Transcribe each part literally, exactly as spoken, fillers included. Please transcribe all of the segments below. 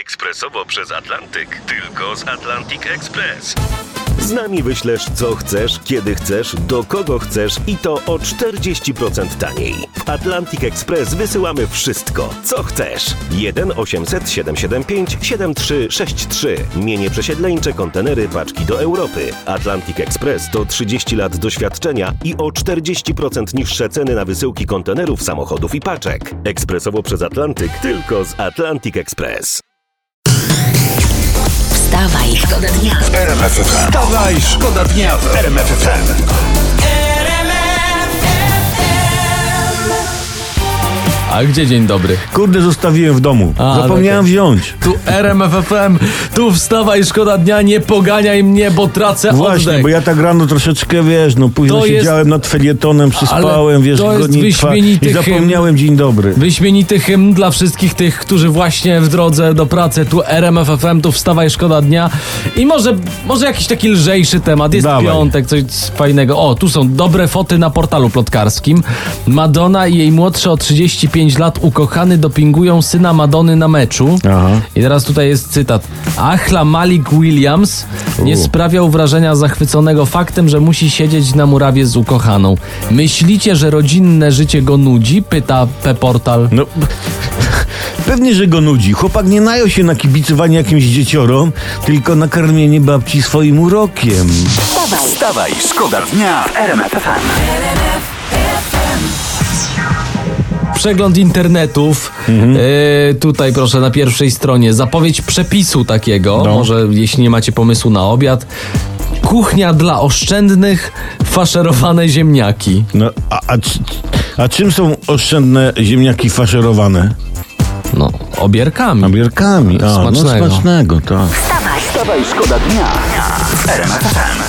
Ekspresowo przez Atlantyk. Tylko z Atlantic Express. Z nami wyślesz co chcesz, kiedy chcesz, do kogo chcesz i to o czterdzieści procent taniej. W Atlantic Express wysyłamy wszystko, co chcesz. jeden osiemset siedemset siedemdziesiąt pięć siedemdziesiąt trzy sześćdziesiąt trzy. Mienie przesiedleńcze, kontenery, paczki do Europy. Atlantic Express to trzydzieści lat doświadczenia i o czterdzieści procent niższe ceny na wysyłki kontenerów, samochodów i paczek. Ekspresowo przez Atlantyk, tylko z Atlantic Express. Wstawaj, szkoda dnia w R M F F M. Wstawaj, szkoda dnia w R M F F M. A gdzie dzień dobry? Kurde, zostawiłem w domu. A, Zapomniałem okay. wziąć. Tu R M F F M, tu wstawaj, szkoda dnia, nie poganiaj mnie, bo tracę Właśnie, oddech. bo ja tak rano troszeczkę, wiesz, no późno To siedziałem jest... nad felietonem, przyspałem, wiesz, to jest gonitwa wyśmienity i zapomniałem hymn. dzień dobry. Wyśmienity hymn dla wszystkich tych, którzy właśnie w drodze do pracy, tu R M F F M, tu wstawaj, szkoda dnia. I może, może jakiś taki lżejszy temat, jest Dawaj. piątek, coś fajnego. O, tu są dobre foty na portalu plotkarskim. Madonna i jej młodszy o trzydzieści pięć lat ukochany dopingują syna Madony na meczu. Aha. I teraz tutaj jest cytat. Ahla Malik Williams nie U. sprawiał wrażenia zachwyconego faktem, że musi siedzieć na murawie z ukochaną. Myślicie, że rodzinne życie go nudzi? Pyta P-Portal. No, pewnie, że go nudzi. Chłopak nie najął się na kibicowanie jakimś dzieciorom, tylko na karmienie babci swoim urokiem. Wstawaj, Wstawaj, szkoda dnia w R M F F M. Przegląd internetów. Mhm. E, tutaj proszę na pierwszej stronie zapowiedź przepisu takiego. No. Może jeśli nie macie pomysłu na obiad. Kuchnia dla oszczędnych, faszerowane ziemniaki. No, a, a, c- a czym są oszczędne ziemniaki faszerowane? No, obierkami. Nabierkami. A, Smacznego. No smacznego, tak. wstawaj, Wstawaj, szkoda dnia w R M F F M.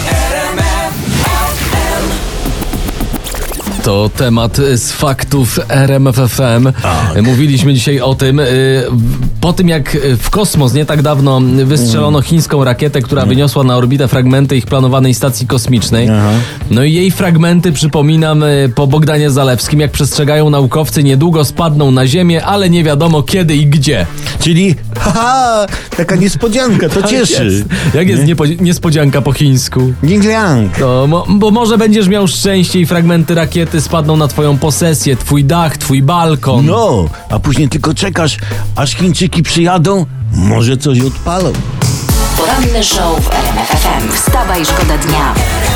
To temat z faktów R M F F M. Tak. Mówiliśmy dzisiaj o tym. y, Po tym jak w kosmos nie tak dawno wystrzelono chińską rakietę, która wyniosła na orbitę fragmenty ich planowanej stacji kosmicznej. Aha. No i jej fragmenty, przypominam, y, po Bogdanie Zalewskim, jak przestrzegają naukowcy, niedługo spadną na Ziemię, ale nie wiadomo kiedy i gdzie. Czyli, haha, taka niespodzianka, to cieszy. Jest. Jak jest niepo- niespodzianka po chińsku? Ding-liang. To, mo- bo może będziesz miał szczęście i fragmenty rakiety spadną na twoją posesję, twój dach, twój balkon. No, a później tylko czekasz, aż Chińczyki przyjadą, może coś odpalą. poranny show w R M F F M. Wstawaj, szkoda dnia.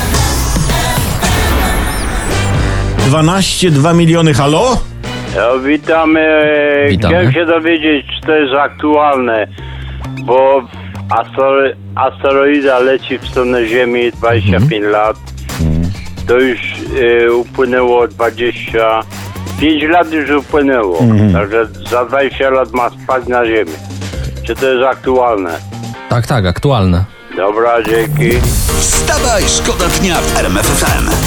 dwanaście, dwa miliony, halo? Ja, witamy. Witamy. Chciałem się dowiedzieć, czy to jest aktualne, bo astery- asteroida leci w stronę Ziemi dwadzieścia pięć lat. To już y, upłynęło dwadzieścia pięć lat już upłynęło. Także za dwadzieścia lat ma spaść na Ziemię. Czy to jest aktualne? Tak, tak, aktualne. Dobra, dzięki. Wstawaj, szkoda dnia w R M F F M.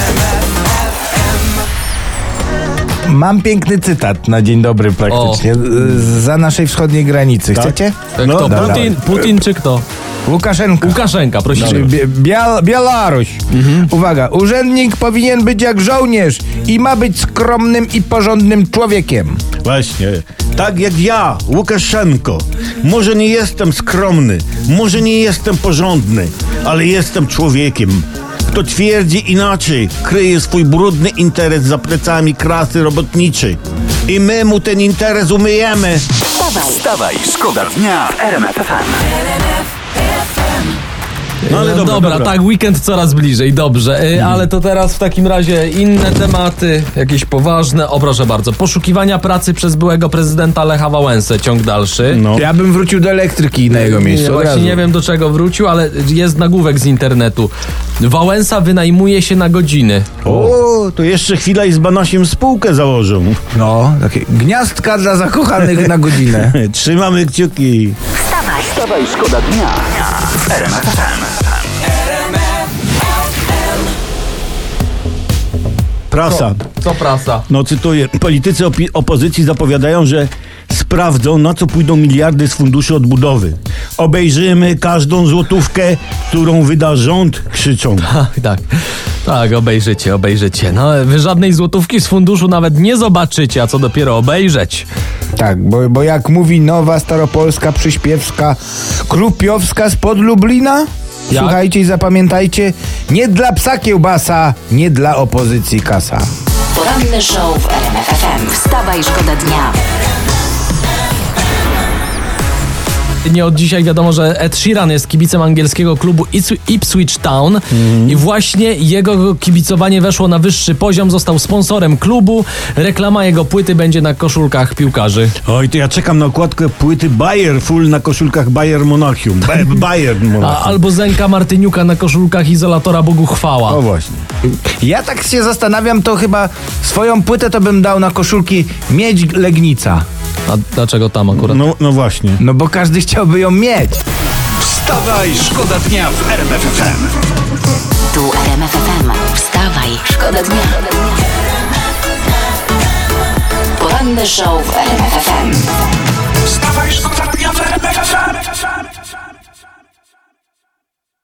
Mam piękny cytat na dzień dobry praktycznie. Z- Za naszej wschodniej granicy. Chcecie? Tak, No, kto? dobra. Putin, Putin czy kto? Łukaszenka. Łukaszenka, prosimy. Bie- Bial- Białoruś. Uwaga, urzędnik powinien być jak żołnierz i ma być skromnym i porządnym człowiekiem. Właśnie, tak jak ja, Łukaszenko. Może nie jestem skromny, może nie jestem porządny, ale jestem człowiekiem. Kto twierdzi inaczej, kryje swój brudny interes za plecami klasy robotniczej. I my mu ten interes umyjemy. Wstawaj, Wstawaj, szkoda dnia w R M F F M. No ale No dobra, dobra, dobra. tak, weekend coraz bliżej, dobrze. Y, Ale to teraz w takim razie inne tematy, jakieś poważne. O, proszę bardzo. Poszukiwania pracy przez byłego prezydenta Lecha Wałęsę, ciąg dalszy. No. Ja bym wrócił do elektryki na jego miejscu. Ja od właśnie razu. nie wiem do czego wrócił, ale jest nagłówek z internetu. Wałęsa wynajmuje się na godziny. O, to jeszcze chwila i z Banasiem spółkę założą. No, takie gniazdka dla zakochanych na godzinę. Trzymamy kciuki. wstawaj, Wstawaj, szkoda dnia w R M F F M. Prasa. Co prasa? No cytuję, politycy opi- opozycji zapowiadają, że sprawdzą, na co pójdą miliardy z funduszu odbudowy. Obejrzymy każdą złotówkę, którą wyda rząd, krzyczą. Tak, tak. Tak, obejrzycie, obejrzycie. No, wy żadnej złotówki z funduszu nawet nie zobaczycie, a co dopiero obejrzeć. Tak, bo, bo jak mówi nowa staropolska przyśpiewska Krupiowska spod Lublina, Jak? słuchajcie i zapamiętajcie, nie dla psa kiełbasa, nie dla opozycji kasa. Poranny show w R M F F M. Wstawaj, szkoda dnia. Nie od dzisiaj wiadomo, że Ed Sheeran jest kibicem angielskiego klubu Ipswich Town mm. i właśnie jego kibicowanie weszło na wyższy poziom, został sponsorem klubu, reklama jego płyty będzie na koszulkach piłkarzy. Oj, to ja czekam na okładkę płyty Bayer Full na koszulkach Bayer Monachium. Ba- Bayern A, Monachium. albo Zenka Martyniuka na koszulkach Izolatora Bogu chwała. O właśnie. Ja tak się zastanawiam, to chyba swoją płytę to bym dał na koszulki Miedź Legnica. A dlaczego tam akurat? No, no właśnie. No bo każdy chciałby ją mieć. Wstawaj, szkoda dnia w R M F F M. Tu R M F F M. Wstawaj, szkoda dnia. Poranny show w R M F F M. Wstawaj, szkoda dnia.